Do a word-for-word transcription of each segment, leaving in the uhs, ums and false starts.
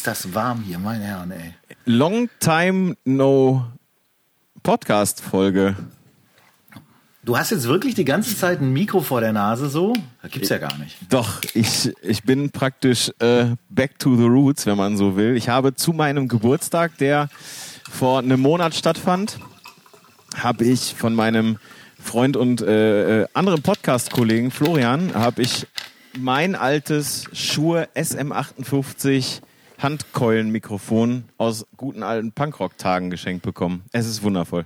ist das warm hier, meine Herren, ey. Long time no Podcast-Folge. Du hast jetzt wirklich die ganze Zeit ein Mikro vor der Nase so? Das gibt's ja gar nicht. Doch, ich, ich bin praktisch äh, back to the roots, wenn man so will. Ich habe zu meinem Geburtstag, der vor einem Monat stattfand, habe ich von meinem Freund und äh, anderen Podcast-Kollegen Florian, habe ich mein altes Shure S M achtundfünfzig Handkeulenmikrofon aus guten alten Punkrock-Tagen geschenkt bekommen. Es ist wundervoll.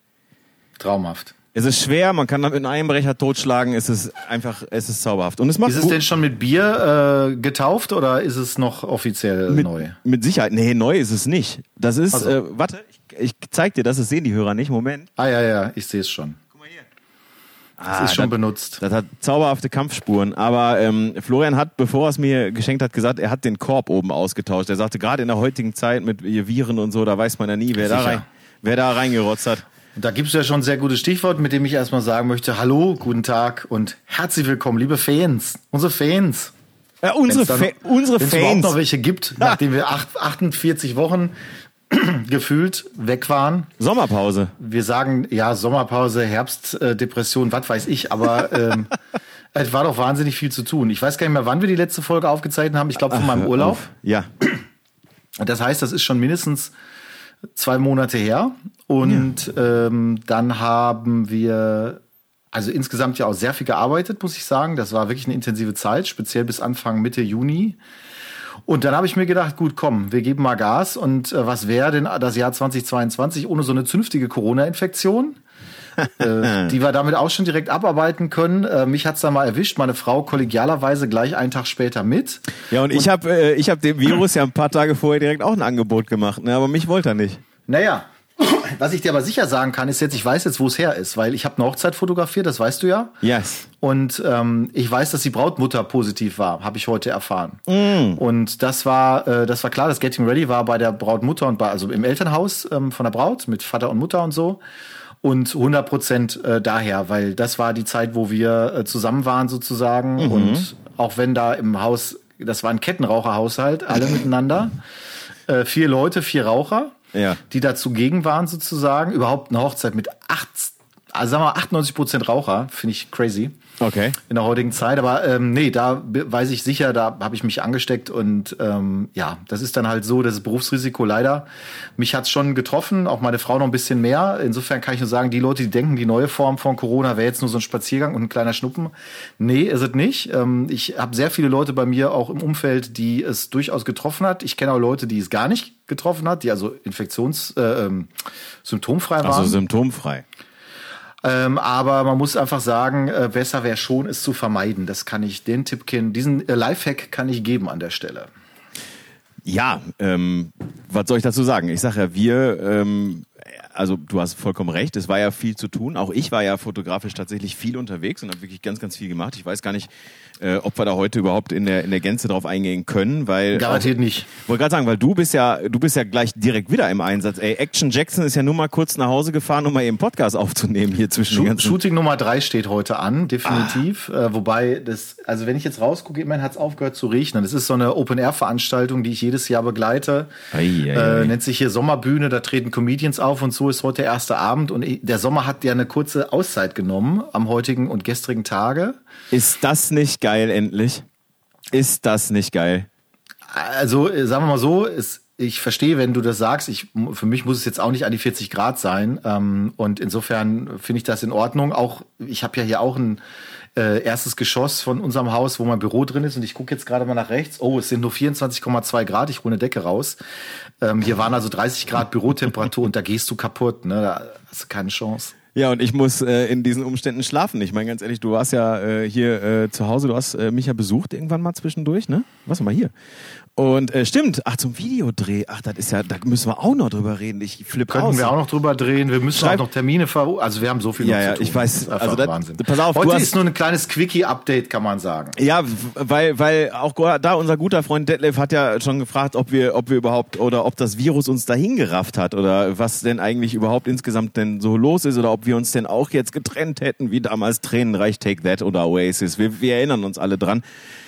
Traumhaft. Es ist schwer, man kann damit einen Einbrecher totschlagen, es ist einfach, es ist zauberhaft. Und es macht ist es gut. denn schon mit Bier äh, getauft oder ist es noch offiziell mit, neu? Mit Sicherheit. Nee, neu ist es nicht. Das ist, also. äh, warte, ich, ich zeig dir das, das sehen die Hörer nicht. Moment. Ah ja, ja, ich sehe es schon. Guck mal hier. Das ah, ist schon das, benutzt. Das hat zauberhafte Kampfspuren. Aber ähm, Florian hat, bevor er es mir geschenkt hat, gesagt, er hat den Korb oben ausgetauscht. Er sagte, gerade in der heutigen Zeit mit Viren und so, da weiß man ja nie, wer, da, rein, wer da reingerotzt hat. Da gibt es ja schon ein sehr gutes Stichwort, mit dem ich erstmal sagen möchte, hallo, guten Tag und herzlich willkommen, liebe Fans, unsere Fans. Ja, unsere Fa- Fa- unsere Wenn es Fans. überhaupt noch welche gibt, nachdem wir acht, achtundvierzig Wochen gefühlt weg waren. Sommerpause. Wir sagen, ja, Sommerpause, Herbstdepression, was weiß ich, aber ähm, es war doch wahnsinnig viel zu tun. Ich weiß gar nicht mehr, wann wir die letzte Folge aufgezeichnet haben, ich glaube von meinem Urlaub. Auf. Ja. Das heißt, das ist schon mindestens zwei Monate her. Und ja. ähm, dann haben wir also insgesamt ja auch sehr viel gearbeitet, muss ich sagen. Das war wirklich eine intensive Zeit, speziell bis Anfang Mitte Juni. Und dann habe ich mir gedacht, gut, komm, wir geben mal Gas. Und äh, was wäre denn das Jahr zweitausendzweiundzwanzig ohne so eine zünftige Corona-Infektion, äh, die wir damit auch schon direkt abarbeiten können. Äh, mich hat's da mal erwischt, meine Frau kollegialerweise gleich einen Tag später mit. Ja, und, und ich habe äh, ich hab dem Virus ja ein paar Tage vorher direkt auch ein Angebot gemacht, ne? Aber mich wollte er nicht. Naja, was ich dir aber sicher sagen kann, ist jetzt, ich weiß jetzt, wo es her ist, weil ich habe eine Hochzeit fotografiert, das weißt du ja. Yes. Und ähm, ich weiß, dass die Brautmutter positiv war, habe ich heute erfahren. Mm. Und das war, äh, das war klar, das Getting Ready war bei der Brautmutter und bei, also im Elternhaus ähm, von der Braut mit Vater und Mutter und so. Und hundert Prozent äh, daher, weil das war die Zeit, wo wir äh, zusammen waren sozusagen. Mhm. Und auch wenn da im Haus, das war ein Kettenraucherhaushalt, alle miteinander, äh, vier Leute, vier Raucher. Ja. Die da zugegen waren sozusagen. Überhaupt eine Hochzeit mit acht, also sagen wir mal achtundneunzig Prozent Raucher, finde ich crazy. Okay. In der heutigen Zeit. Aber ähm, nee, da weiß ich sicher, da habe ich mich angesteckt. Und ähm, ja, das ist dann halt so, das Berufsrisiko leider. Mich hat's schon getroffen, auch meine Frau noch ein bisschen mehr. Insofern kann ich nur sagen, die Leute, die denken, die neue Form von Corona wäre jetzt nur so ein Spaziergang und ein kleiner Schnuppen. Nee, ist es nicht. Ähm, ich habe sehr viele Leute bei mir auch im Umfeld, die es durchaus getroffen hat. Ich kenne auch Leute, die es gar nicht getroffen hat, die also Infektions-, äh, ähm, symptomfrei waren. Also symptomfrei. Ähm, aber man muss einfach sagen, äh, besser wäre schon, es zu vermeiden. Das kann ich, den Tipp kennen, diesen äh, Lifehack kann ich geben an der Stelle. Ja, ähm, was soll ich dazu sagen? Ich sage ja, wir, ähm, also du hast vollkommen recht, es war ja viel zu tun. Auch ich war ja fotografisch tatsächlich viel unterwegs und habe wirklich ganz, ganz viel gemacht. Ich weiß gar nicht, äh, ob wir da heute überhaupt in der in der Gänze drauf eingehen können, weil garantiert auch, nicht. Wollte gerade sagen, weil du bist ja du bist ja gleich direkt wieder im Einsatz. Ey, Action Jackson ist ja nur mal kurz nach Hause gefahren, um mal eben Podcast aufzunehmen hier zwischen Shoot, den ganzen. Shooting Nummer drei steht heute an, definitiv. Ah. Äh, wobei das, also wenn ich jetzt rausgucke, immerhin hat es aufgehört zu regnen. Das ist so eine Open-Air-Veranstaltung, die ich jedes Jahr begleite. Ei, ei, ei. Äh, nennt sich hier Sommerbühne. Da treten Comedians auf und so ist heute der erste Abend. Und der Sommer hat ja eine kurze Auszeit genommen am heutigen und gestrigen Tage. Ist das nicht geil endlich? Ist das nicht geil? Also, sagen wir mal so, es, ich verstehe, wenn du das sagst. Ich, für mich muss es jetzt auch nicht an die vierzig Grad sein. Ähm, und insofern finde ich das in Ordnung. Auch, ich habe ja hier auch ein äh, erstes Geschoss von unserem Haus, wo mein Büro drin ist. Und ich gucke jetzt gerade mal nach rechts. Oh, es sind nur vierundzwanzig Komma zwei Grad. Ich hole eine Decke raus. Ähm, hier waren also dreißig Grad Bürotemperatur und da gehst du kaputt. Ne? Da hast du keine Chance. Ja, und ich muss äh, in diesen Umständen schlafen. Ich meine, ganz ehrlich, du warst ja äh, hier äh, zu Hause, du hast äh, mich ja besucht irgendwann mal zwischendurch, ne? Was mal hier. Und äh, stimmt, ach, zum Videodreh, ach, das ist ja, da müssen wir auch noch drüber reden. Ich flippe aus. Könnten wir auch noch drüber drehen. Wir müssen Schreib- auch noch Termine ver... Also wir haben so viel Ja, noch ja, zu tun. ich weiß, Das ist einfach also das- Wahnsinn. pass auf, du Heute hast- ist nur ein kleines Quickie-Update, kann man sagen. Ja, weil, weil auch da unser guter Freund Detlef hat ja schon gefragt, ob wir, ob wir überhaupt oder ob das Virus uns dahin gerafft hat oder was denn eigentlich überhaupt insgesamt denn so los ist oder ob wir uns denn auch jetzt getrennt hätten, wie damals Tränenreich Take That oder Oasis. Wir, wir erinnern uns alle dran.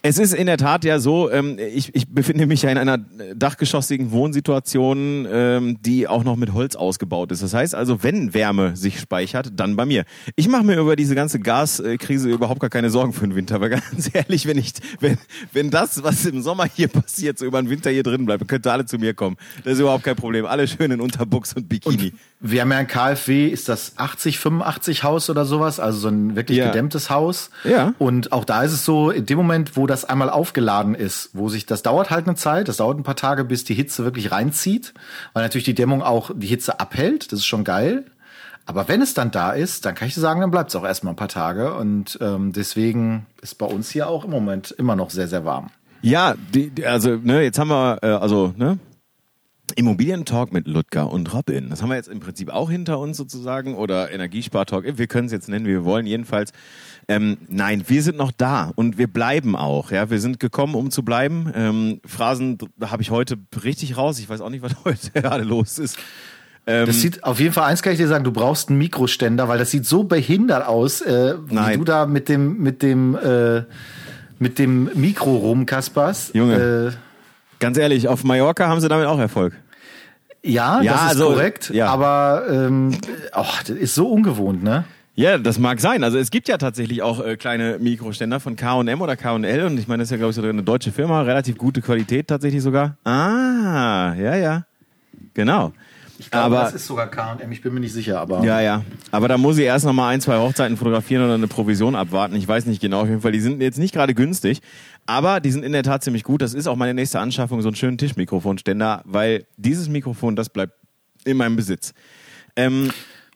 Es ist in der Tat ja so, ähm, ich, ich befinde mich ja in einer dachgeschossigen Wohnsituation, ähm, die auch noch mit Holz ausgebaut ist. Das heißt also, wenn Wärme sich speichert, dann bei mir. Ich mache mir über diese ganze Gaskrise überhaupt gar keine Sorgen für den Winter, weil ganz ehrlich, wenn ich, wenn, wenn das, was im Sommer hier passiert, so über den Winter hier drin bleibt, könnt ihr alle zu mir kommen. Das ist überhaupt kein Problem. Alle schön in Unterbuchs und Bikini. Und wir haben ja ein K f W, ist das achtzig, fünfundachtzig Haus oder sowas, also so ein wirklich Ja. gedämmtes Haus. Ja. Und auch da ist es so, in dem Moment, wo das einmal aufgeladen ist, wo sich, das dauert halt eine Zeit, das dauert ein paar Tage, bis die Hitze wirklich reinzieht, weil natürlich die Dämmung auch die Hitze abhält, das ist schon geil. Aber wenn es dann da ist, dann kann ich dir sagen, dann bleibt es auch erstmal ein paar Tage. Und ähm, deswegen ist bei uns hier auch im Moment immer noch sehr, sehr warm. Ja, die, die, also ne, jetzt haben wir, äh, also ne, Immobilientalk mit Ludger und Robin. Das haben wir jetzt im Prinzip auch hinter uns sozusagen oder Energiespartalk. Wir können es jetzt nennen, wie wir wollen. Jedenfalls, ähm, nein, wir sind noch da und wir bleiben auch. Ja, wir sind gekommen, um zu bleiben. Ähm, Phrasen habe ich heute richtig raus. Ich weiß auch nicht, was heute gerade los ist. Ähm, Das sieht auf jeden Fall, eins kann ich dir sagen, du brauchst einen Mikroständer, weil das sieht so behindert aus, äh, wie Nein. du da mit dem, mit dem, äh, mit dem Mikro rumkasperst. Junge. Äh, Ganz ehrlich, auf Mallorca haben sie damit auch Erfolg. Ja, Ja, das ist also, korrekt, ja. aber ähm, oh, das ist so ungewohnt, ne? Ja, das mag sein. Also es gibt ja tatsächlich auch äh, kleine Mikroständer von K und M oder K und L und ich meine, das ist ja, glaube ich, so eine deutsche Firma, relativ gute Qualität tatsächlich sogar. Ah, ja, ja, genau. Ich glaube, aber das ist sogar K und M, ich bin mir nicht sicher, aber ja, ja. Aber da muss ich erst noch mal ein, zwei Hochzeiten fotografieren oder eine Provision abwarten. Ich weiß nicht genau. Auf jeden Fall, die sind jetzt nicht gerade günstig, aber die sind in der Tat ziemlich gut. Das ist auch meine nächste Anschaffung, so einen schönen Tischmikrofonständer, weil dieses Mikrofon, das bleibt in meinem Besitz. Ähm,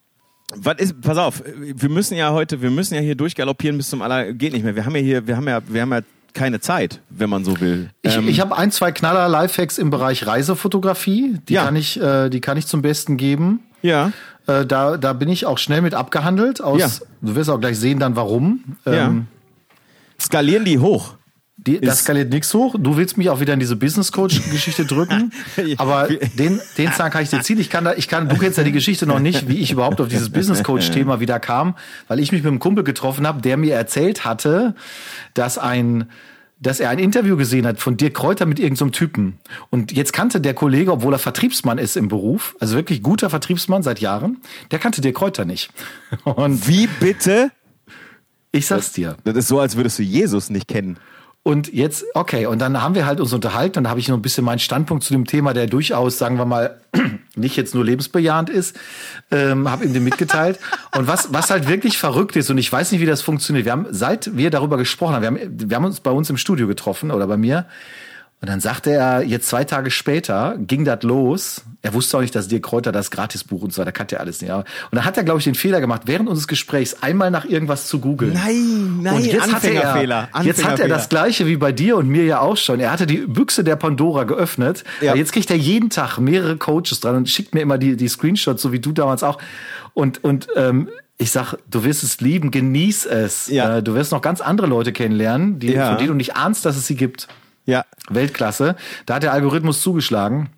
was ist, pass auf, wir müssen ja heute, wir müssen ja hier durchgaloppieren bis zum aller, geht nicht mehr. Wir haben ja hier, wir haben ja, wir haben ja keine Zeit, wenn man so will. Ich, ähm, ich habe ein, zwei Knaller Lifehacks im Bereich Reisefotografie, die Ja. kann ich, äh, die kann ich zum Besten geben. ja, Äh, da, da bin ich auch schnell mit abgehandelt. Aus, Ja. Du wirst auch gleich sehen dann warum. ja. Ähm, Skalieren die hoch. Die, das Ist- skaliert nichts hoch. Du willst mich auch wieder in diese Business Coach Geschichte drücken, aber den den Zahn kann ich dir ziehen. Ich kann da, ich kann. Du kennst ja die Geschichte noch nicht, wie ich überhaupt auf dieses Business Coach Thema wieder kam, weil ich mich mit einem Kumpel getroffen habe, der mir erzählt hatte, dass ein dass er ein Interview gesehen hat von Dirk Kräuter mit irgendeinem so Typen. Und jetzt kannte der Kollege, obwohl er Vertriebsmann ist im Beruf, also wirklich guter Vertriebsmann seit Jahren, der kannte Dirk Kräuter nicht. Und Wie bitte? ich sag's dir. Das ist so, als würdest du Jesus nicht kennen. Und jetzt, okay, und dann haben wir halt uns unterhalten und da habe ich noch ein bisschen meinen Standpunkt zu dem Thema, der durchaus, sagen wir mal, nicht jetzt nur lebensbejahend ist, ähm, habe ihm den mitgeteilt. Und was, was halt wirklich verrückt ist, und ich weiß nicht, wie das funktioniert, wir haben, seit wir darüber gesprochen haben, wir haben, wir haben uns bei uns im Studio getroffen oder bei mir, und dann sagte er, jetzt zwei Tage später ging das los. Er wusste auch nicht, dass Dirk Kräuter das Gratisbuch und so weiter, kannte er alles nicht. Und dann hat er, glaube ich, den Fehler gemacht, während unseres Gesprächs einmal nach irgendwas zu googeln. Nein, nein, Und jetzt hatte er, Anfängerfehler. jetzt hat er das Gleiche wie bei dir und mir ja auch schon. Er hatte die Büchse der Pandora geöffnet. Ja. Jetzt kriegt er jeden Tag mehrere Coaches dran und schickt mir immer die, die Screenshots, so wie du damals auch. Und, und ähm, ich sag, du wirst es lieben, genieß es. Ja. Äh, du wirst noch ganz andere Leute kennenlernen, die, Ja. von denen du nicht ahnst, dass es sie gibt. Ja, Weltklasse. Da hat der Algorithmus zugeschlagen.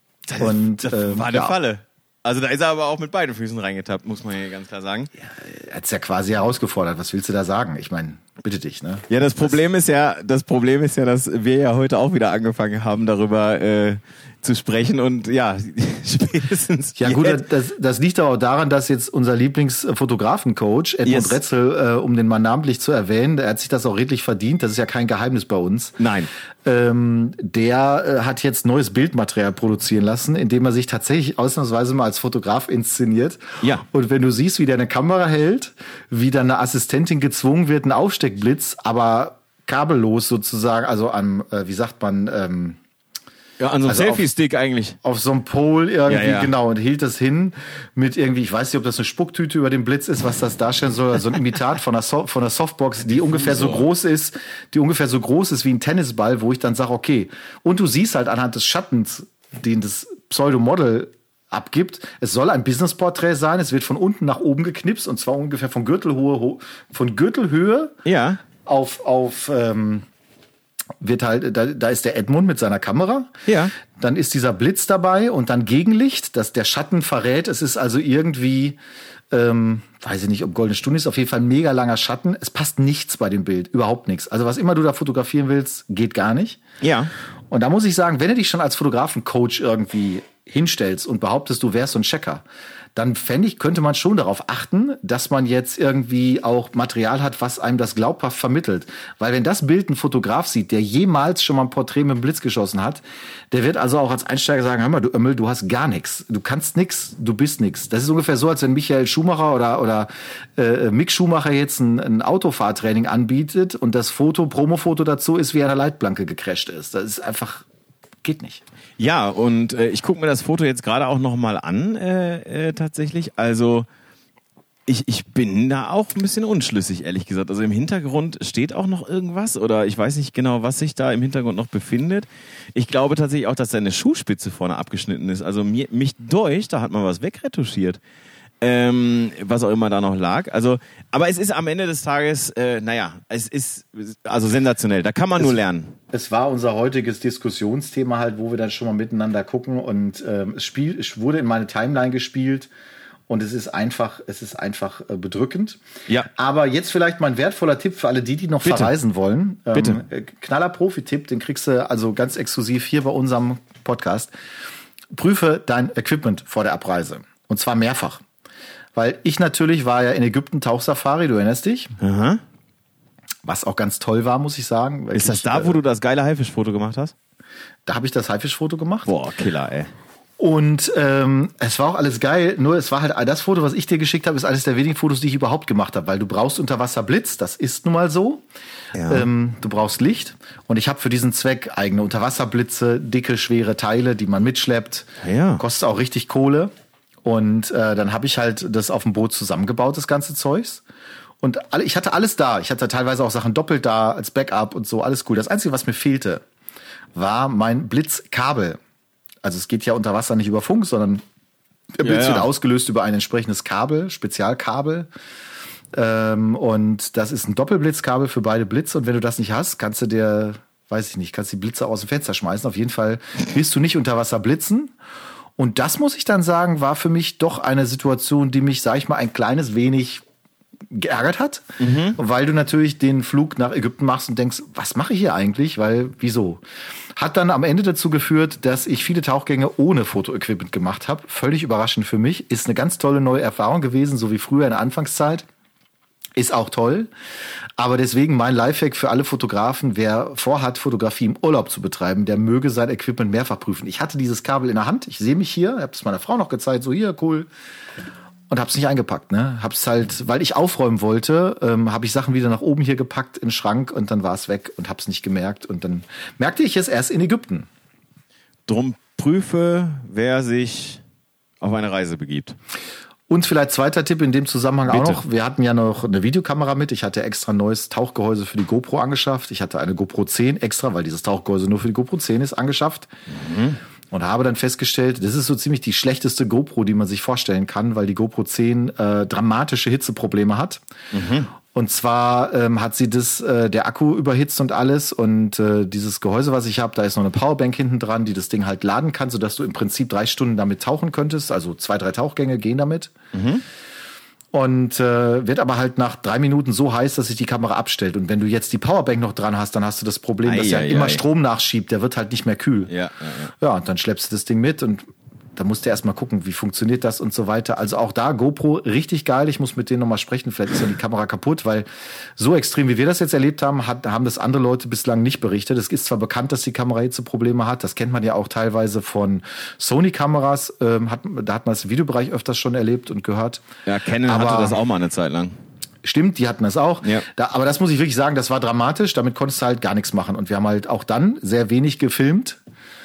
Und das ähm, war eine ja, Falle. Also da ist er aber auch mit beiden Füßen reingetappt, muss man hier ganz klar sagen. er hat's ja quasi herausgefordert. Was willst du da sagen? Ich meine, bitte dich, ne? Ja, das Problem ist ja, das Problem ist ja, dass wir ja heute auch wieder angefangen haben, darüber äh, zu sprechen und ja, spätestens Ja gut, jetzt- das, das liegt aber auch daran, dass jetzt unser Lieblingsfotografencoach Edmund Yes. Retzel, äh, um den mal namentlich zu erwähnen, der hat sich das auch redlich verdient, das ist ja kein Geheimnis bei uns. Nein. Ähm, der äh, hat jetzt neues Bildmaterial produzieren lassen, indem er sich tatsächlich ausnahmsweise mal als Fotograf inszeniert. Ja. Und wenn du siehst, wie der eine Kamera hält, wie dann eine Assistentin gezwungen wird, einen Aufsteckblitz, aber kabellos sozusagen, also am, äh, wie sagt man, ähm, ja, an so einem also auf- Selfie-Stick eigentlich. auf so einem Pol irgendwie, Ja, ja. genau, und hielt das hin mit irgendwie, ich weiß nicht, ob das eine Spucktüte über dem Blitz ist, was das darstellen soll, also ein Imitat von einer, so von einer Softbox, die ungefähr so groß ist, die ungefähr so groß ist wie ein Tennisball, wo ich dann sage, okay, und du siehst halt anhand des Schattens, den das Pseudomodel abgibt, es soll ein Businessporträt sein, es wird von unten nach oben geknipst und zwar ungefähr von Gürtelhöhe, ho- von Gürtelhöhe Ja. auf, auf, ähm, wird halt, da, da ist der Edmund mit seiner Kamera. Ja. Dann ist dieser Blitz dabei und dann Gegenlicht, dass der Schatten verrät. Es ist also irgendwie Ähm, weiß ich nicht, ob goldene Stunde ist, auf jeden Fall ein mega langer Schatten. Es passt nichts bei dem Bild, überhaupt nichts. Also was immer du da fotografieren willst, geht gar nicht. Ja. Und da muss ich sagen, wenn du dich schon als Fotografencoach irgendwie hinstellst und behauptest, du wärst so ein Checker, dann fände ich, könnte man schon darauf achten, dass man jetzt irgendwie auch Material hat, was einem das glaubhaft vermittelt. Weil wenn das Bild ein Fotograf sieht, der jemals schon mal ein Porträt mit dem Blitz geschossen hat, der wird also auch als Einsteiger sagen, hör mal, du Ömmel, du hast gar nichts. Du kannst nix, du bist nix. Das ist ungefähr so, als wenn Michael Schumacher oder, oder äh, Mick Schumacher jetzt ein, ein Autofahrtraining anbietet und das Foto, Promofoto dazu ist, wie er an der Leitplanke gecrasht ist. Das ist einfach, geht nicht. Ja, und äh, ich gucke mir das Foto jetzt gerade auch nochmal an, äh, äh, tatsächlich. Also ich, ich bin da auch ein bisschen unschlüssig, ehrlich gesagt. Also im Hintergrund steht auch noch irgendwas oder ich weiß nicht genau, was sich da im Hintergrund noch befindet. Ich glaube tatsächlich auch, dass seine Schuhspitze vorne abgeschnitten ist. Also mir, mich deucht, da hat man was wegretuschiert. Ähm, was auch immer da noch lag. Also, aber es ist am Ende des Tages, äh, naja, es ist also sensationell. Da kann man es, nur lernen. Es war unser heutiges Diskussionsthema halt, wo wir dann schon mal miteinander gucken und ähm, es, spiel, es wurde in meine Timeline gespielt und es ist einfach, es ist einfach äh, bedrückend. Ja. Aber jetzt vielleicht mal ein wertvoller Tipp für alle die, die noch Bitte. verreisen wollen. Ähm, Bitte. Knaller Profi-Tipp, den kriegst du also ganz exklusiv hier bei unserem Podcast. Prüfe dein Equipment vor der Abreise und zwar mehrfach. Weil ich natürlich war ja in Ägypten Tauchsafari, du erinnerst dich? Aha. Was auch ganz toll war, muss ich sagen. Ist das da, wo du das geile Haifischfoto gemacht hast? Da habe ich das Haifischfoto gemacht. Boah, Killer, ey. Und ähm, es war auch alles geil, nur es war halt das Foto, was ich dir geschickt habe, ist eines der wenigen Fotos, die ich überhaupt gemacht habe, weil du brauchst Unterwasserblitz, das ist nun mal so. Ja. Ähm, du brauchst Licht und ich habe für diesen Zweck eigene Unterwasserblitze, dicke, schwere Teile, die man mitschleppt. Ja. Kostet auch richtig Kohle. Und äh, dann habe ich halt das auf dem Boot zusammengebaut, das ganze Zeugs. Und alle, ich hatte alles da. Ich hatte teilweise auch Sachen doppelt da als Backup und so, alles cool. Das Einzige, was mir fehlte, war mein Blitzkabel. Also es geht ja unter Wasser nicht über Funk, sondern der Blitz ja, ja. wird ausgelöst über ein entsprechendes Kabel, Spezialkabel. Ähm, und das ist ein Doppelblitzkabel für beide Blitze. Und wenn du das nicht hast, kannst du dir, weiß ich nicht, kannst die Blitze aus dem Fenster schmeißen. Auf jeden Fall willst du nicht unter Wasser blitzen. Und das, muss ich dann sagen, war für mich doch eine Situation, die mich, sag ich mal, ein kleines wenig geärgert hat. Mhm. Weil du natürlich den Flug nach Ägypten machst und denkst, was mache ich hier eigentlich? Weil, wieso? Hat dann am Ende dazu geführt, dass ich viele Tauchgänge ohne Fotoequipment gemacht habe. Völlig überraschend für mich. Ist eine ganz tolle neue Erfahrung gewesen, so wie früher in der Anfangszeit. Ist auch toll. Aber deswegen mein Lifehack für alle Fotografen, wer vorhat, Fotografie im Urlaub zu betreiben, der möge sein Equipment mehrfach prüfen. Ich hatte dieses Kabel in der Hand, ich sehe mich hier, habe es meiner Frau noch gezeigt, so hier, cool. Und hab's nicht eingepackt, ne? Hab's halt, weil ich aufräumen wollte, ähm, habe ich Sachen wieder nach oben hier gepackt in den Schrank und dann war es weg und hab's nicht gemerkt. Und dann merkte ich es erst in Ägypten. Drum prüfe, wer sich auf eine Reise begibt. Und vielleicht zweiter Tipp in dem Zusammenhang Bitte. auch noch. Wir hatten ja noch eine Videokamera mit. Ich hatte extra ein neues Tauchgehäuse für die GoPro angeschafft. Ich hatte eine GoPro zehn extra, weil dieses Tauchgehäuse nur für die GoPro zehn ist, angeschafft. Mhm. Und habe dann festgestellt, das ist so ziemlich die schlechteste GoPro, die man sich vorstellen kann, weil die GoPro zehn äh, dramatische Hitzeprobleme hat. Mhm. Und zwar ähm, hat sie das, äh, der Akku überhitzt und alles. Und äh, dieses Gehäuse, was ich habe, da ist noch eine Powerbank hinten dran, die das Ding halt laden kann, sodass du im Prinzip drei Stunden damit tauchen könntest. Also zwei, drei Tauchgänge gehen damit. Mhm. Und äh, wird aber halt nach drei Minuten so heiß, dass sich die Kamera abstellt. Und wenn du jetzt die Powerbank noch dran hast, dann hast du das Problem, ei, dass ja ei, immer ei. Strom nachschiebt. Der wird halt nicht mehr kühl. Ja, ja, ja. Ja, und dann schleppst du das Ding mit und da musst du erst mal gucken, wie funktioniert das und so weiter. Also auch da GoPro richtig geil. Ich muss mit denen nochmal sprechen. Vielleicht ist ja die Kamera kaputt, weil so extrem, wie wir das jetzt erlebt haben, hat, haben das andere Leute bislang nicht berichtet. Es ist zwar bekannt, dass die Kamera Hitzeprobleme hat. Das kennt man ja auch teilweise von Sony-Kameras. Ähm, hat, da hat man das im Videobereich öfters schon erlebt und gehört. Ja, Canon aber hatte das auch mal eine Zeit lang. Stimmt, die hatten das auch. Ja. Da, aber das muss ich wirklich sagen, das war dramatisch. Damit konntest du halt gar nichts machen. Und wir haben halt auch dann sehr wenig gefilmt.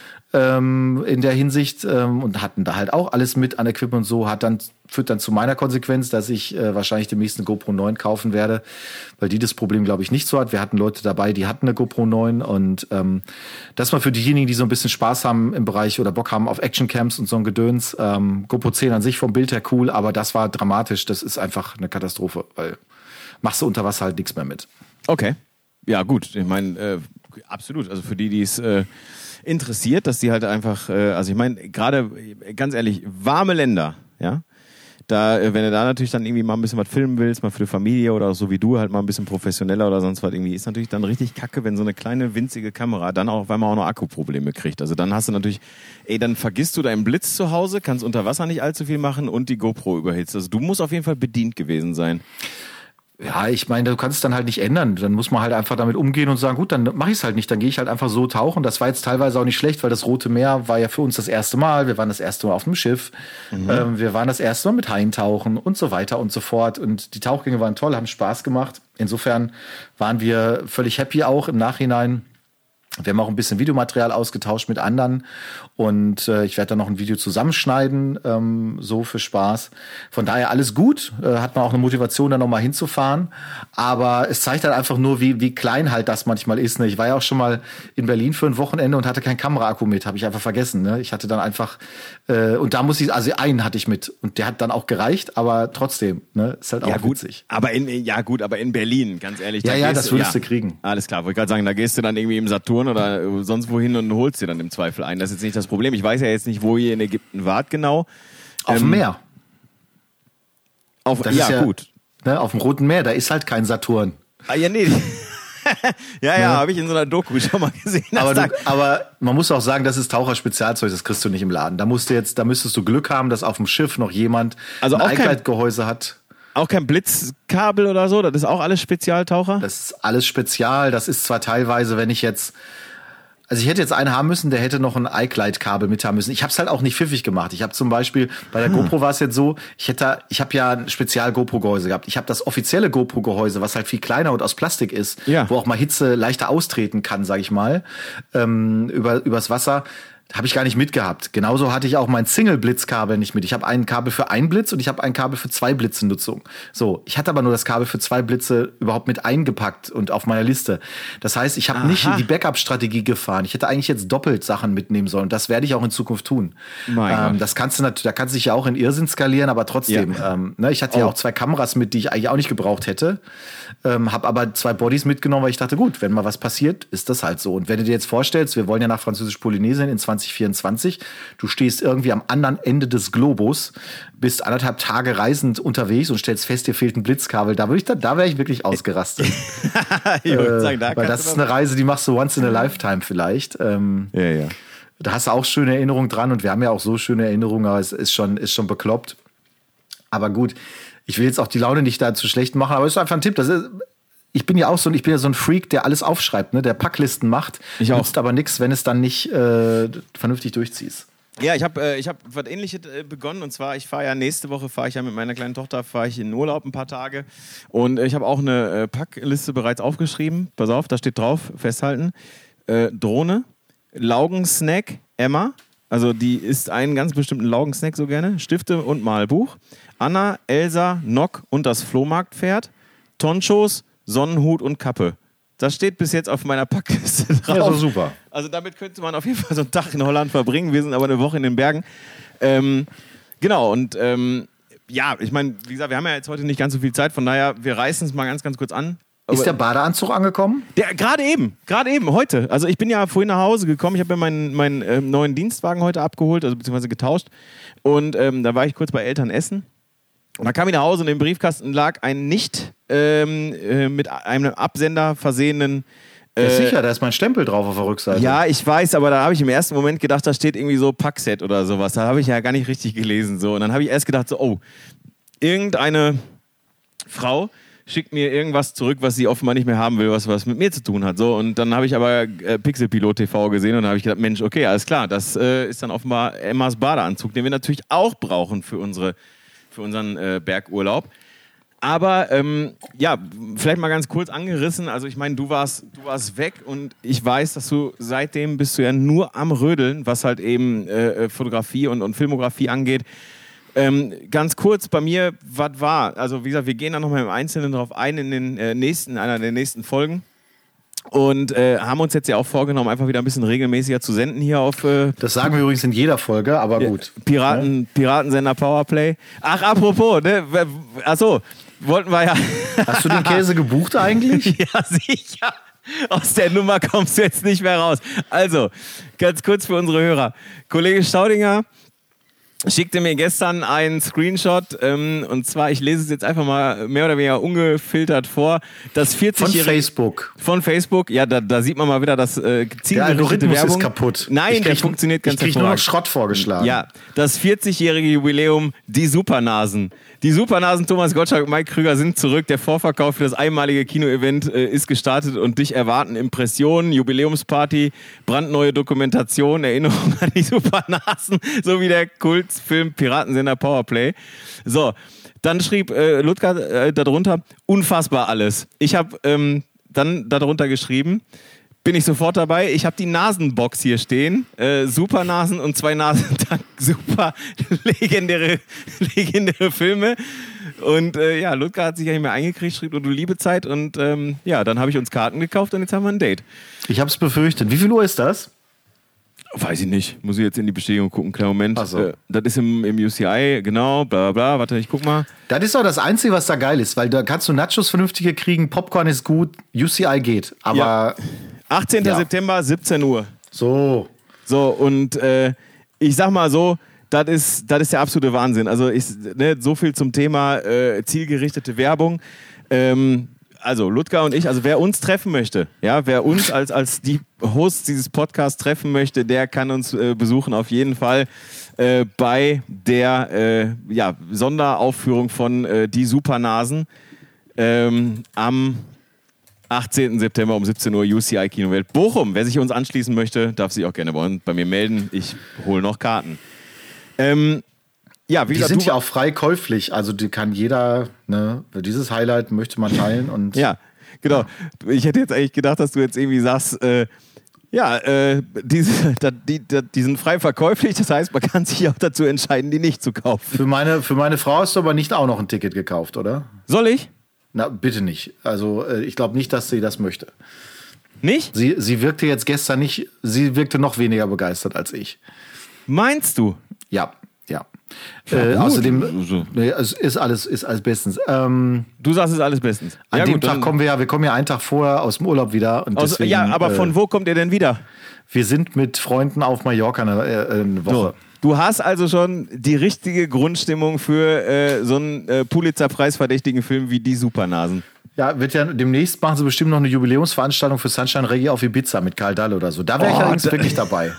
Ähm, in der Hinsicht ähm, und hatten da halt auch alles mit an Equipment und so, hat dann, führt dann zu meiner Konsequenz, dass ich äh, wahrscheinlich demnächst eine GoPro neun kaufen werde, weil die das Problem, glaube ich, nicht so hat. Wir hatten Leute dabei, die hatten eine GoPro neun und ähm, das mal für diejenigen, die so ein bisschen Spaß haben im Bereich oder Bock haben auf Actioncams und so ein Gedöns. Ähm, GoPro zehn an sich vom Bild her cool, aber das war dramatisch. Das ist einfach eine Katastrophe, weil machst du unter Wasser halt nichts mehr mit. Okay. Ja, gut. Ich meine, äh, absolut. Also für die, die es äh, interessiert, dass die halt einfach, äh, also ich meine, gerade, ganz ehrlich, warme Länder, ja, Da, äh, wenn du da natürlich dann irgendwie mal ein bisschen was filmen willst, mal für die Familie oder so wie du, halt mal ein bisschen professioneller oder sonst was irgendwie, ist natürlich dann richtig kacke, wenn so eine kleine winzige Kamera dann auch, weil man auch noch Akkuprobleme kriegt. Also dann hast du natürlich, ey, dann vergisst du deinen Blitz zu Hause, kannst unter Wasser nicht allzu viel machen und die GoPro überhitzt. Also du musst auf jeden Fall bedient gewesen sein. Ja, ich meine, du kannst es dann halt nicht ändern. Dann muss man halt einfach damit umgehen und sagen, gut, dann mache ich es halt nicht. Dann gehe ich halt einfach so tauchen. Das war jetzt teilweise auch nicht schlecht, weil das Rote Meer war ja für uns das erste Mal. Wir waren das erste Mal auf dem Schiff. Mhm. Ähm, wir waren das erste Mal mit Haien tauchen und so weiter und so fort. Und die Tauchgänge waren toll, haben Spaß gemacht. Insofern waren wir völlig happy auch im Nachhinein. Wir haben auch ein bisschen Videomaterial ausgetauscht mit anderen und äh, ich werde dann noch ein Video zusammenschneiden, ähm, so für Spaß. Von daher alles gut, äh, hat man auch eine Motivation, da nochmal hinzufahren. Aber es zeigt halt einfach nur, wie, wie klein halt das manchmal ist. Ne? Ich war ja auch schon mal in Berlin für ein Wochenende und hatte keinen Kameraakku mit, habe ich einfach vergessen. Ne? Ich hatte dann einfach, äh, und da muss ich, also einen hatte ich mit und der hat dann auch gereicht, aber trotzdem, ne? Ist halt auch ja, gut, witzig. Aber in, ja gut, aber in Berlin, ganz ehrlich. Ja, da ja, gehst, das würdest ja, du kriegen. Alles klar, wollte ich gerade sagen, da gehst du dann irgendwie im Saturn oder sonst wohin und holst dir dann im Zweifel ein. Das ist jetzt nicht das Problem. Ich weiß ja jetzt nicht, wo ihr in Ägypten wart genau. Auf dem ähm, Meer. Auf, ja, ja, gut. Ne, auf dem Roten Meer, da ist halt kein Saturn. Ah, ja, nee. ja, ja, ja. habe ich in so einer Doku schon mal gesehen. Aber, du, aber man muss auch sagen, das ist Taucherspezialzeug, das kriegst du nicht im Laden. Da musst du jetzt, da müsstest du Glück haben, dass auf dem Schiff noch jemand also ein Eichleitgehäuse hat. Auch kein Blitzkabel oder so? Das ist auch alles Spezialtaucher? Das ist alles spezial. Das ist zwar teilweise, wenn ich jetzt... Also ich hätte jetzt einen haben müssen, der hätte noch ein iCloud-Kabel mit haben müssen. Ich habe es halt auch nicht pfiffig gemacht. Ich habe zum Beispiel, bei der hm. GoPro war es jetzt so, ich hätte, ich habe ja ein Spezial-GoPro-Gehäuse gehabt. Ich habe das offizielle GoPro-Gehäuse, was halt viel kleiner und aus Plastik ist, ja. wo auch mal Hitze leichter austreten kann, sag ich mal, ähm, über übers Wasser. Habe ich gar nicht mitgehabt. Genauso hatte ich auch mein Single-Blitzkabel nicht mit. Ich habe ein Kabel für ein Blitz und ich habe ein Kabel für zwei Blitze-Nutzung. So, ich hatte aber nur das Kabel für zwei Blitze überhaupt mit eingepackt und auf meiner Liste. Das heißt, ich habe nicht die Backup-Strategie gefahren. Ich hätte eigentlich jetzt doppelt Sachen mitnehmen sollen. Das werde ich auch in Zukunft tun. Ähm, das kannst du natürlich, da kannst du dich ja auch in Irrsinn skalieren, aber trotzdem. Ja. Ähm, ne, ich hatte oh. ja auch zwei Kameras mit, die ich eigentlich auch nicht gebraucht hätte. Ähm, habe aber zwei Bodies mitgenommen, weil ich dachte, gut, wenn mal was passiert, ist das halt so. Und wenn du dir jetzt vorstellst, wir wollen ja nach Französisch-Polynesien in zwanzig vierundzwanzig, du stehst irgendwie am anderen Ende des Globus, bist anderthalb Tage reisend unterwegs und stellst fest, dir fehlt ein Blitzkabel, da würde ich, da, da wäre ich wirklich ausgerastet. ich äh, sagen, da weil das ist eine Reise, die machst du once in a lifetime vielleicht. Ähm, ja, ja. Da hast du auch schöne Erinnerungen dran und wir haben ja auch so schöne Erinnerungen, aber es ist schon, ist schon bekloppt. Aber gut, ich will jetzt auch die Laune nicht dazu schlecht machen, aber es ist einfach ein Tipp. Das ist, ich bin ja auch so, ich bin ja so ein Freak, der alles aufschreibt, ne, der Packlisten macht. Ich auch. Nutzt aber nichts, wenn es dann nicht äh, vernünftig durchziehst. Ja, ich habe äh, ich hab was Ähnliches äh, begonnen und zwar, ich fahre ja nächste Woche, fahre ich ja mit meiner kleinen Tochter, fahre ich in Urlaub ein paar Tage und äh, ich habe auch eine äh, Packliste bereits aufgeschrieben. Pass auf, da steht drauf, festhalten, äh, Drohne, Laugensnack, Emma, also die isst einen ganz bestimmten Laugensnack so gerne, Stifte und Malbuch, Anna, Elsa, Nock und das Flohmarktpferd, Tonchos, Sonnenhut und Kappe. Das steht bis jetzt auf meiner Packliste drauf. Ja, so super. Also damit könnte man auf jeden Fall so einen Tag in Holland verbringen. Wir sind aber eine Woche in den Bergen. Ähm, genau, und ähm, ja, ich meine, wie gesagt, wir haben ja jetzt heute nicht ganz so viel Zeit, von daher, wir reißen es mal ganz, ganz kurz an. Aber ist der Badeanzug angekommen? Der gerade eben, gerade eben, heute. Also ich bin ja vorhin nach Hause gekommen, ich habe ja meinen, meinen äh, neuen Dienstwagen heute abgeholt, also beziehungsweise getauscht. Und ähm, da war ich kurz bei Eltern essen. Und dann kam ich nach Hause und im Briefkasten lag ein nicht ähm, äh, mit einem Absender versehenen... Äh, ja, sicher, da ist mein Stempel drauf auf der Rückseite. Ja, ich weiß, aber da habe ich im ersten Moment gedacht, da steht irgendwie so Packset oder sowas. Da habe ich ja gar nicht richtig gelesen. So. Und dann habe ich erst gedacht, so, oh, irgendeine Frau schickt mir irgendwas zurück, was sie offenbar nicht mehr haben will, was was mit mir zu tun hat. So. Und dann habe ich aber äh, Pixelpilot T V gesehen und dann habe ich gedacht, Mensch, okay, alles klar, das äh, ist dann offenbar Emmas Badeanzug, den wir natürlich auch brauchen für unsere für unseren äh, Bergurlaub. Aber ähm, ja, vielleicht mal ganz kurz angerissen. Also ich meine, du warst, du warst weg und ich weiß, dass du seitdem bist du ja nur am Rödeln, was halt eben äh, Fotografie und, und Filmografie angeht. Ähm, ganz kurz bei mir, was war? Also wie gesagt, wir gehen da nochmal im Einzelnen drauf ein in den äh, nächsten, einer der nächsten Folgen. Und äh, haben uns jetzt ja auch vorgenommen, einfach wieder ein bisschen regelmäßiger zu senden hier auf... Äh, das sagen wir übrigens in jeder Folge, aber gut. Piraten, ne? Piratensender Powerplay. Ach, apropos, ne? Achso, wollten wir ja... Hast du den Käse gebucht eigentlich? Ja, sicher. Aus der Nummer kommst du jetzt nicht mehr raus. Also, ganz kurz für unsere Hörer. Kollege Staudinger schickte mir gestern einen Screenshot ähm, und zwar, ich lese es jetzt einfach mal mehr oder weniger ungefiltert vor. Das vierzig-jährige Von Facebook. Von Facebook, ja, da, da sieht man mal wieder, dass äh, zielgerichtete Der Algorithmus Werbung ist kaputt. Nein, ich der krieg, funktioniert ganz Ich kriege nur noch hervorragend. Schrott vorgeschlagen. Ja, das vierzig-jährige Jubiläum, die Supernasen. Die Supernasen Thomas Gottschalk und Mike Krüger sind zurück. Der Vorverkauf für das einmalige Kinoevent äh, ist gestartet und dich erwarten Impressionen, Jubiläumsparty, brandneue Dokumentation, Erinnerung an die Supernasen, sowie der Kultfilm Piratensender Powerplay. So, dann schrieb äh, Ludger äh, darunter, unfassbar alles. Ich habe ähm, dann darunter geschrieben, bin ich sofort dabei. Ich habe die Nasenbox hier stehen. Äh, super Nasen und zwei Nasen. Super legendäre, legendäre Filme. Und äh, ja, Ludger hat sich ja nicht mehr eingekriegt, schrieb nur du liebe Zeit. Und ähm, ja, dann habe ich uns Karten gekauft und jetzt haben wir ein Date. Ich habe es befürchtet. Wie viel Uhr ist das? Weiß ich nicht. Muss ich jetzt in die Bestätigung gucken. Kleinen Moment. Ach so. Äh, das ist im, im U C I, genau. Bla bla bla. Warte, ich guck mal. Das ist doch das Einzige, was da geil ist. Weil da kannst du Nachos vernünftige kriegen, Popcorn ist gut, U C I geht. Aber Ja. achtzehnten Ja. September, siebzehn Uhr. so... So, und äh, ich sag mal so, das ist, das ist der absolute Wahnsinn. Also ich, ne, so viel zum Thema äh, zielgerichtete Werbung. Ähm, also Ludger und ich, also wer uns treffen möchte, ja, wer uns als, als die Hosts dieses Podcasts treffen möchte, der kann uns äh, besuchen auf jeden Fall äh, bei der äh, ja, Sonderaufführung von äh, Die Supernasen ähm, am achtzehnten September um siebzehn Uhr U C I Kinowelt Bochum. Wer sich uns anschließen möchte, darf sich auch gerne bei, bei mir melden. Ich hole noch Karten. Ähm, ja, wie Die gesagt, sind du, ja auch frei käuflich, also die kann jeder, ne, dieses Highlight möchte man teilen und ja, genau. Ich hätte jetzt eigentlich gedacht, dass du jetzt irgendwie sagst, äh, ja, äh, diese, da, die, da, die sind frei verkäuflich, das heißt, man kann sich auch dazu entscheiden, die nicht zu kaufen. für meine, für meine Frau hast du aber nicht auch noch ein Ticket gekauft, oder? Soll ich? Na, bitte nicht. Also äh, ich glaube nicht, dass sie das möchte. Nicht? Sie, sie wirkte jetzt gestern nicht, sie wirkte noch weniger begeistert als ich. Meinst du? Ja, ja. Ja, Äh, gut. außerdem, So. nee, es ist alles, ist alles bestens. Ähm, Du sagst es ist alles bestens. an Ja, dem gut, Tag dann- kommen wir ja, wir kommen ja einen Tag vorher aus dem Urlaub wieder. Und aus, deswegen, ja, aber von äh, wo kommt ihr denn wieder? wir sind mit Freunden auf Mallorca eine, äh, eine Woche. So. Du hast also schon die richtige Grundstimmung für äh, so einen äh, Pulitzer-Preis-verdächtigen Film wie Die Supernasen. Ja, wird ja demnächst machen sie bestimmt noch eine Jubiläumsveranstaltung für Sunshine Reggae auf Ibiza mit Karl Dahl oder so. Da wäre ich Oh, allerdings da- wirklich dabei.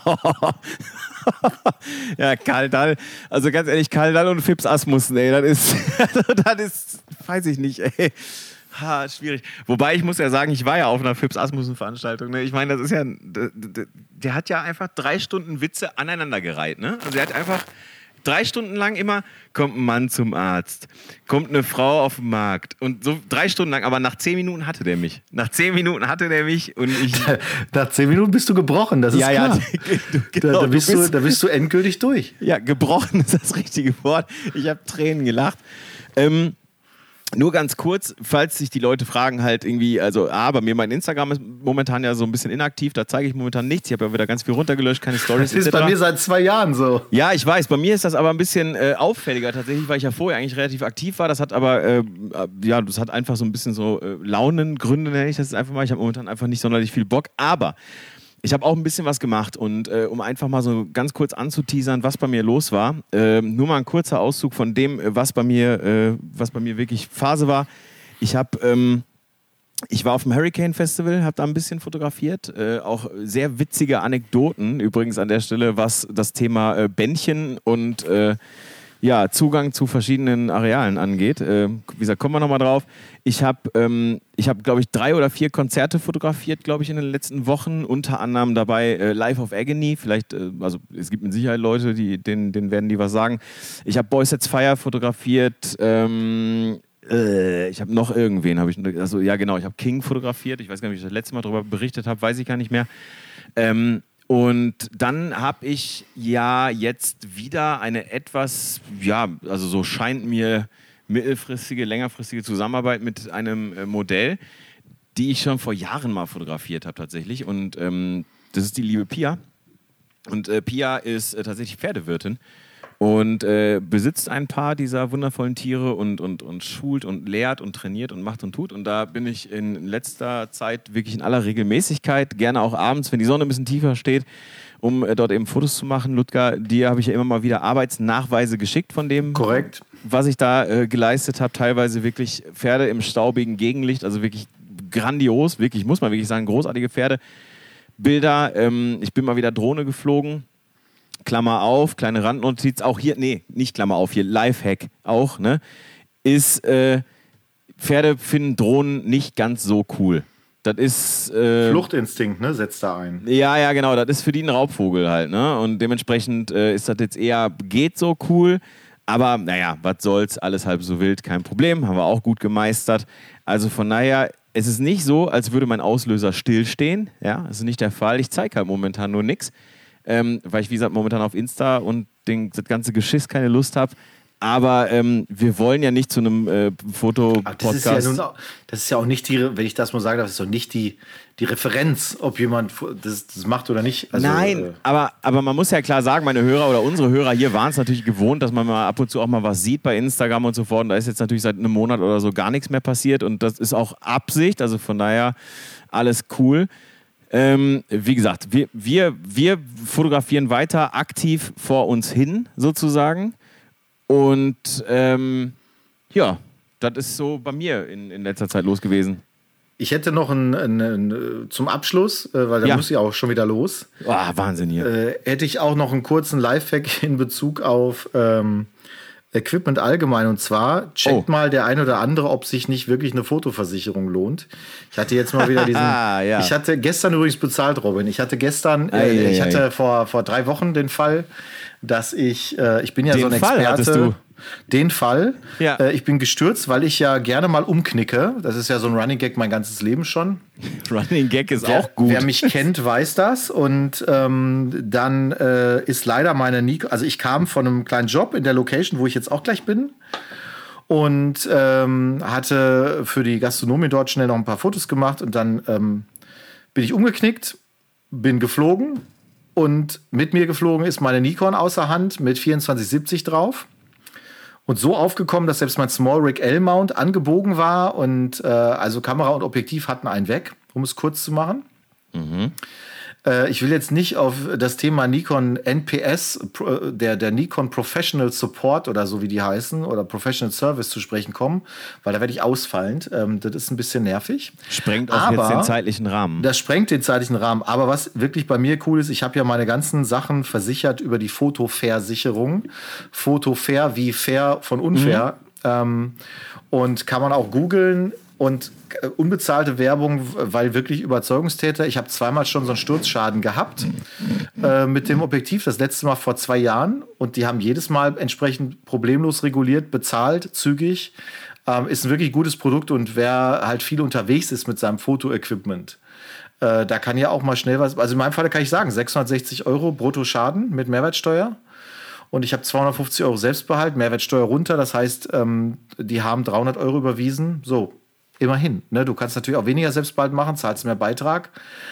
Ja, Karl Dahl, also ganz ehrlich, Karl Dahl und Fips Asmussen, ey, das ist, also das ist, weiß ich nicht, ey. Ha, schwierig. Wobei ich muss ja sagen, ich war ja auf einer Fips Asmussen-Veranstaltung. Ne? Ich meine, das ist ja, der, der, der hat ja einfach drei Stunden Witze aneinandergereiht. Ne? Also er hat einfach drei Stunden lang immer, kommt ein Mann zum Arzt, kommt eine Frau auf den Markt. Und so drei Stunden lang, aber nach zehn Minuten hatte der mich. Nach zehn Minuten hatte der mich und ich... Nach zehn Minuten bist du gebrochen, das ist ja, klar. ja, du, Da, genau, da, bist du du, bist, da bist du endgültig durch. ja, gebrochen ist das richtige Wort. Ich habe Tränen gelacht. Ähm, nur ganz kurz, falls sich die Leute fragen, halt irgendwie, also, ah, bei mir mein Instagram ist momentan ja so ein bisschen inaktiv, da zeige ich momentan nichts. Ich habe ja wieder ganz viel runtergelöscht, keine Stories Das ist bei mir seit zwei Jahren so. Ja, ich weiß, bei mir ist das aber ein bisschen äh, auffälliger tatsächlich, weil ich ja vorher eigentlich relativ aktiv war. Das hat aber, äh, ja, das hat einfach so ein bisschen so äh, Launengründe, nenne ich das jetzt einfach mal. Ich habe momentan einfach nicht sonderlich viel Bock, aber ich habe auch ein bisschen was gemacht und äh, um einfach mal so ganz kurz anzuteasern, was bei mir los war, äh, nur mal ein kurzer Auszug von dem, äh, was bei mir, äh, was bei mir wirklich Phase war. Ich habe, ähm, ich war auf dem Hurricane Festival, habe da ein bisschen fotografiert, äh, auch sehr witzige Anekdoten übrigens an der Stelle, was das Thema äh, Bändchen und äh, ja, Zugang zu verschiedenen Arealen angeht. Äh, wie gesagt, kommen wir nochmal drauf. Ich habe, ähm, ich hab, glaube ich, drei oder vier Konzerte fotografiert, glaube ich, in den letzten Wochen. Unter anderem dabei äh, Life of Agony. Vielleicht, äh, also es gibt mit Sicherheit Leute, die, denen, denen werden die was sagen. Ich habe Boys Sets Fire fotografiert. Ähm, äh, ich habe noch irgendwen, habe ich, also ja genau, ich habe King fotografiert. Ich weiß gar nicht, wie ich das letzte Mal darüber berichtet habe, weiß ich gar nicht mehr. Ähm, Und dann habe ich ja jetzt wieder eine etwas, ja, also so scheint mir mittelfristige, längerfristige Zusammenarbeit mit einem äh, Modell, die ich schon vor Jahren mal fotografiert habe tatsächlich. Und ähm, das ist die liebe Pia. Und äh, Pia ist äh, tatsächlich Pferdewirtin und äh, besitzt ein paar dieser wundervollen Tiere und, und, und schult und lehrt und trainiert und macht und tut. Und da bin ich in letzter Zeit wirklich in aller Regelmäßigkeit, gerne auch abends, wenn die Sonne ein bisschen tiefer steht um äh, dort eben Fotos zu machen. Ludger, dir habe ich ja immer mal wieder Arbeitsnachweise geschickt von dem, Korrekt. was ich da äh, geleistet habe. Teilweise wirklich Pferde im staubigen Gegenlicht, also wirklich grandios, wirklich, muss man wirklich sagen, großartige Pferdebilder. Ähm, ich bin mal wieder Drohne geflogen. Klammer auf, kleine Randnotiz, auch hier, nee, nicht Klammer auf, hier Lifehack auch, ne, ist, äh, Pferde finden Drohnen nicht ganz so cool. Das ist... Äh, Fluchtinstinkt, ne, setzt da ein. Ja, ja, genau, das ist für die ein Raubvogel halt, ne, und dementsprechend äh, ist das jetzt eher, geht so cool, aber naja, was soll's, alles halb so wild, kein Problem, haben wir auch gut gemeistert. Also von daher, es ist nicht so, als würde mein Auslöser stillstehen, ja, das ist nicht der Fall, ich zeige halt momentan nur nichts. Ähm, weil ich, wie gesagt, momentan auf Insta und den, das ganze Geschiss keine Lust habe. Aber ähm, wir wollen ja nicht zu einem äh, Fotopodcast. Das ist ja nun auch, das ist ja auch nicht die, wenn ich das mal sagen darf, das ist doch nicht die, die Referenz, ob jemand das, das macht oder nicht. Also, Nein, äh, aber, aber man muss ja klar sagen, meine Hörer oder unsere Hörer hier waren es natürlich gewohnt, dass man mal ab und zu auch mal was sieht bei Instagram und so fort. Und da ist jetzt natürlich seit einem Monat oder so gar nichts mehr passiert. Und das ist auch Absicht, also von daher alles cool. Ähm, wie gesagt, wir, wir, wir fotografieren weiter aktiv vor uns hin, sozusagen. Und ähm, ja, das ist so bei mir in, in letzter Zeit los gewesen. Ich hätte noch ein, ein, ein zum Abschluss, äh, weil da Ja. muss ich auch schon wieder los. Oh, Wahnsinn hier. Äh, hätte ich auch noch einen kurzen Lifehack in Bezug auf ähm, Equipment allgemein. Und zwar checkt Oh. mal der ein oder andere, ob sich nicht wirklich eine Fotoversicherung lohnt. Ich hatte jetzt mal wieder diesen. Ja. Ich hatte gestern übrigens bezahlt, Robin. Ich hatte gestern, äh, Ei, ei, ich hatte ei. vor, vor drei Wochen den Fall, dass ich, äh, ich bin ja Den so ein Fall Experte. hattest du? Den Fall. Ja. Äh, ich bin gestürzt, weil ich ja gerne mal umknicke. Das ist ja so ein Running Gag mein ganzes Leben schon. Running Gag ist Wer, auch gut. Wer mich kennt, weiß das. Und ähm, dann äh, ist leider meine Nikon, also ich kam von einem kleinen Job in der Location, wo ich jetzt auch gleich bin. Und ähm, hatte für die Gastronomie dort schnell noch ein paar Fotos gemacht. Und dann ähm, bin ich umgeknickt, bin geflogen. Und mit mir geflogen ist meine Nikon außer Hand mit vierundzwanzig siebzig drauf. Und so aufgekommen, dass selbst mein Small Rig L-Mount angebogen war. Und äh, also Kamera und Objektiv hatten einen weg, um es kurz zu machen. Mhm. Äh, ich will jetzt nicht auf das Thema Nikon N P S, der, der Nikon Professional Support oder so wie die heißen, oder Professional Service zu sprechen kommen, weil da werde ich ausfallend. Ähm, das ist ein bisschen nervig. Sprengt auch Aber jetzt den zeitlichen Rahmen. Das sprengt den zeitlichen Rahmen. Aber was wirklich bei mir cool ist, ich habe ja meine ganzen Sachen versichert über die Fotofair-Sicherung. Fotofair wie fair von unfair. Mhm. Ähm, und kann man auch googeln. Und unbezahlte Werbung, weil wirklich Überzeugungstäter. Ich habe zweimal schon so einen Sturzschaden gehabt äh, mit dem Objektiv. Das letzte Mal vor zwei Jahren. Und die haben jedes Mal entsprechend problemlos reguliert, bezahlt, zügig. Ähm, ist ein wirklich gutes Produkt. Und wer halt viel unterwegs ist mit seinem Fotoequipment, äh, da kann ja auch mal schnell was. Also in meinem Fall kann ich sagen, sechshundertsechzig Euro brutto Schaden mit Mehrwertsteuer. Und ich habe zweihundertfünfzig Euro Selbstbehalt, Mehrwertsteuer runter. Das heißt, ähm, die haben dreihundert Euro überwiesen. So. Immerhin. Ne? Du kannst natürlich auch weniger Selbstbehalt machen, zahlst mehr Beitrag.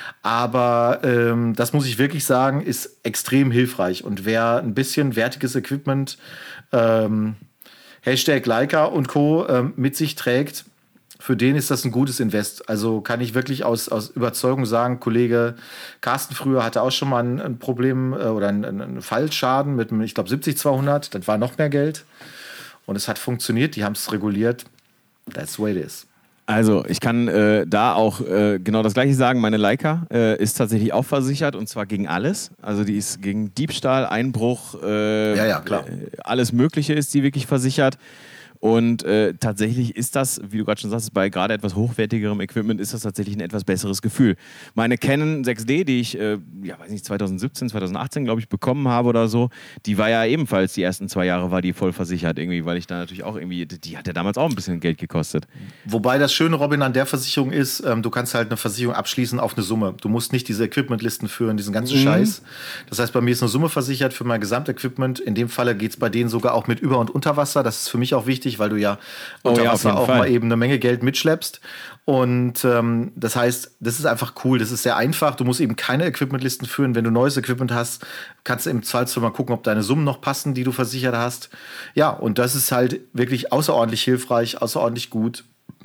Aber ähm, das muss ich wirklich sagen, ist extrem hilfreich. Und wer ein bisschen wertiges Equipment, ähm, Hashtag Leica und Co. Ähm, mit sich trägt, für den ist das ein gutes Invest. Also kann ich wirklich aus, aus Überzeugung sagen, Kollege Carsten früher hatte auch schon mal ein, ein Problem äh, oder einen, einen Fallschaden mit, ich glaube, siebzig zweihundert. Das war noch mehr Geld. Und es hat funktioniert, die haben es reguliert. That's the way it is. Also, ich kann äh, da auch äh, genau das Gleiche sagen. Meine Leica äh, ist tatsächlich auch versichert und zwar gegen alles. Also, die ist gegen Diebstahl, Einbruch, äh, ja, ja, klar. Äh, alles Mögliche ist die wirklich versichert. Und äh, tatsächlich ist das, wie du gerade schon sagst, bei gerade etwas hochwertigerem Equipment ist das tatsächlich ein etwas besseres Gefühl. Meine Canon sechs D, die ich, äh, ja, weiß nicht, zwanzig siebzehn, zwanzig achtzehn, glaube ich, bekommen habe oder so, die war ja ebenfalls, die ersten zwei Jahre war die voll versichert irgendwie, weil ich da natürlich auch irgendwie, die hat ja damals auch ein bisschen Geld gekostet. Wobei das Schöne, Robin, an der Versicherung ist, ähm, du kannst halt eine Versicherung abschließen auf eine Summe. Du musst nicht diese Equipmentlisten führen, diesen ganzen mhm. Scheiß. Das heißt, bei mir ist eine Summe versichert für mein Gesamtequipment. In dem Falle geht es bei denen sogar auch mit Über- und Unterwasser. Das ist für mich auch wichtig, weil du ja unter oh ja, Wasser auch Fall. mal eben eine Menge Geld mitschleppst. Und ähm, das heißt, das ist einfach cool, das ist sehr einfach. Du musst eben keine Equipmentlisten führen. Wenn du neues Equipment hast, kannst du im Zweifelsfall mal gucken, ob deine Summen noch passen, die du versichert hast. Ja, und das ist halt wirklich außerordentlich hilfreich, außerordentlich gut.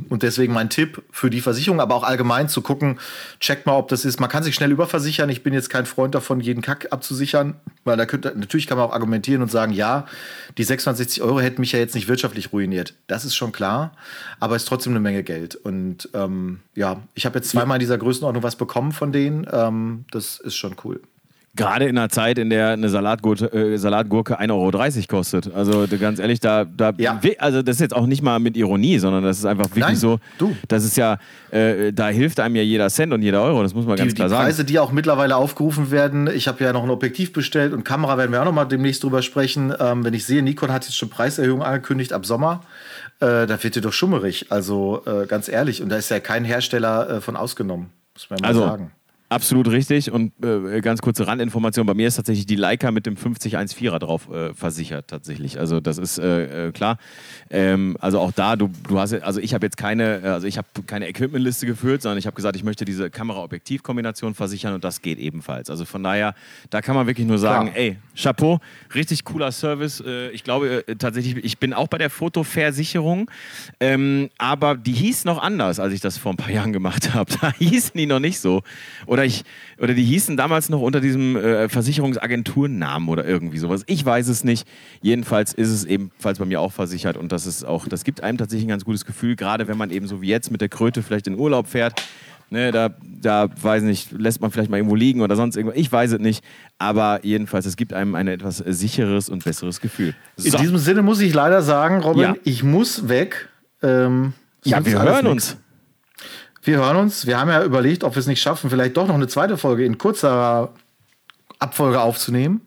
Und deswegen mein Tipp für die Versicherung, aber auch allgemein zu gucken, checkt mal, ob das ist. Man kann sich schnell überversichern. Ich bin jetzt kein Freund davon, jeden Kack abzusichern, weil da könnte, natürlich kann man auch argumentieren und sagen, ja, die sechshundertsechzig Euro hätten mich ja jetzt nicht wirtschaftlich ruiniert. Das ist schon klar, aber es ist trotzdem eine Menge Geld. Und ähm, ja, ich habe jetzt zweimal in dieser Größenordnung was bekommen von denen. Ähm, das ist schon cool. Gerade in einer Zeit, in der eine Salatgurke, äh, Salatgurke ein Euro dreißig kostet. Also ganz ehrlich, da, da ja. also das ist jetzt auch nicht mal mit Ironie, sondern das ist einfach wirklich Nein, so, du. das ist ja, äh, da hilft einem ja jeder Cent und jeder Euro, das muss man die, ganz klar die sagen. Die Preise, die auch mittlerweile aufgerufen werden, ich habe ja noch ein Objektiv bestellt und Kamera werden wir auch noch mal demnächst drüber sprechen. Ähm, wenn ich sehe, Nikon hat jetzt schon Preiserhöhungen angekündigt ab Sommer, äh, da wird dir doch schummerig, also äh, ganz ehrlich. Und da ist ja kein Hersteller äh, von ausgenommen, muss man mal also, sagen. Absolut richtig und äh, ganz kurze Randinformation, bei mir ist tatsächlich die Leica mit dem fünfzig eins vierer drauf äh, versichert tatsächlich, also das ist äh, klar, ähm, also auch da, du, du hast, also ich habe jetzt keine, also ich habe keine Equipmentliste geführt, sondern ich habe gesagt, ich möchte diese Kamera-Objektiv-Kombination versichern und das geht ebenfalls, also von daher, da kann man wirklich nur sagen, klar. Ey, Chapeau, richtig cooler Service, äh, ich glaube äh, tatsächlich, ich bin auch bei der Fotoversicherung, ähm, aber die hieß noch anders, als ich das vor ein paar Jahren gemacht habe, da hießen die noch nicht so. Oder, ich, oder die hießen damals noch unter diesem äh, Versicherungsagenturnamen oder irgendwie sowas. Ich weiß es nicht. Jedenfalls ist es ebenfalls bei mir auch versichert und das ist auch, das gibt einem tatsächlich ein ganz gutes Gefühl, gerade wenn man eben so wie jetzt mit der Kröte vielleicht in Urlaub fährt. Ne, da, da weiß nicht, lässt man vielleicht mal irgendwo liegen oder sonst irgendwas. Ich weiß es nicht. Aber jedenfalls, es gibt einem ein etwas sicheres und besseres Gefühl. So. In diesem Sinne muss ich leider sagen, Robin, ja. ich muss weg. Ähm, ja, wir hören uns. Nix. Wir hören uns. Wir haben ja überlegt, ob wir es nicht schaffen, vielleicht doch noch eine zweite Folge in kurzer Abfolge aufzunehmen.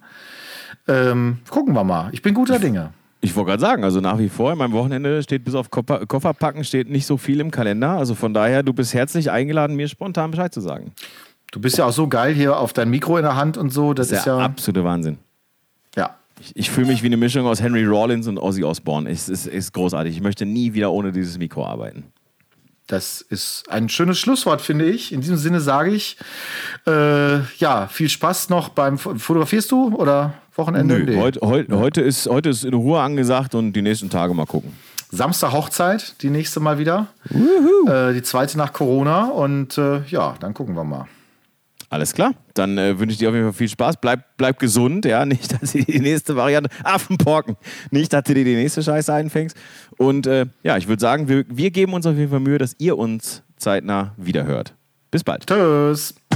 Ähm, gucken wir mal. Ich bin guter Dinge. Ich wollte gerade sagen, also nach wie vor, in meinem Wochenende steht bis auf Koffer, Kofferpacken steht nicht so viel im Kalender. Also von daher, du bist herzlich eingeladen, mir spontan Bescheid zu sagen. Du bist ja auch so geil hier auf dein Mikro in der Hand und so. Das, das ist, ist ja der absolute Wahnsinn. Ja. Ich, ich fühle mich wie eine Mischung aus Henry Rollins und Ozzy Osbourne. Es ist, ist großartig. Ich möchte nie wieder ohne dieses Mikro arbeiten. Das ist ein schönes Schlusswort, finde ich. In diesem Sinne sage ich, äh, ja, viel Spaß noch beim, fotografierst du oder Wochenende? Nö, nee. heute, heute, heute, ist, heute ist in Ruhe angesagt und die nächsten Tage mal gucken. Samstag Hochzeit, die nächste mal wieder. Äh, die zweite nach Corona und äh, ja, dann gucken wir mal. Alles klar, dann äh, wünsche ich dir auf jeden Fall viel Spaß. Bleib, bleib gesund, ja, nicht, dass du die nächste Variante, Affenporken, nicht, dass du dir die nächste Scheiße einfängst. Und äh, ja, ich würde sagen, wir, wir geben uns auf jeden Fall Mühe, dass ihr uns zeitnah wiederhört. Bis bald. Tschüss.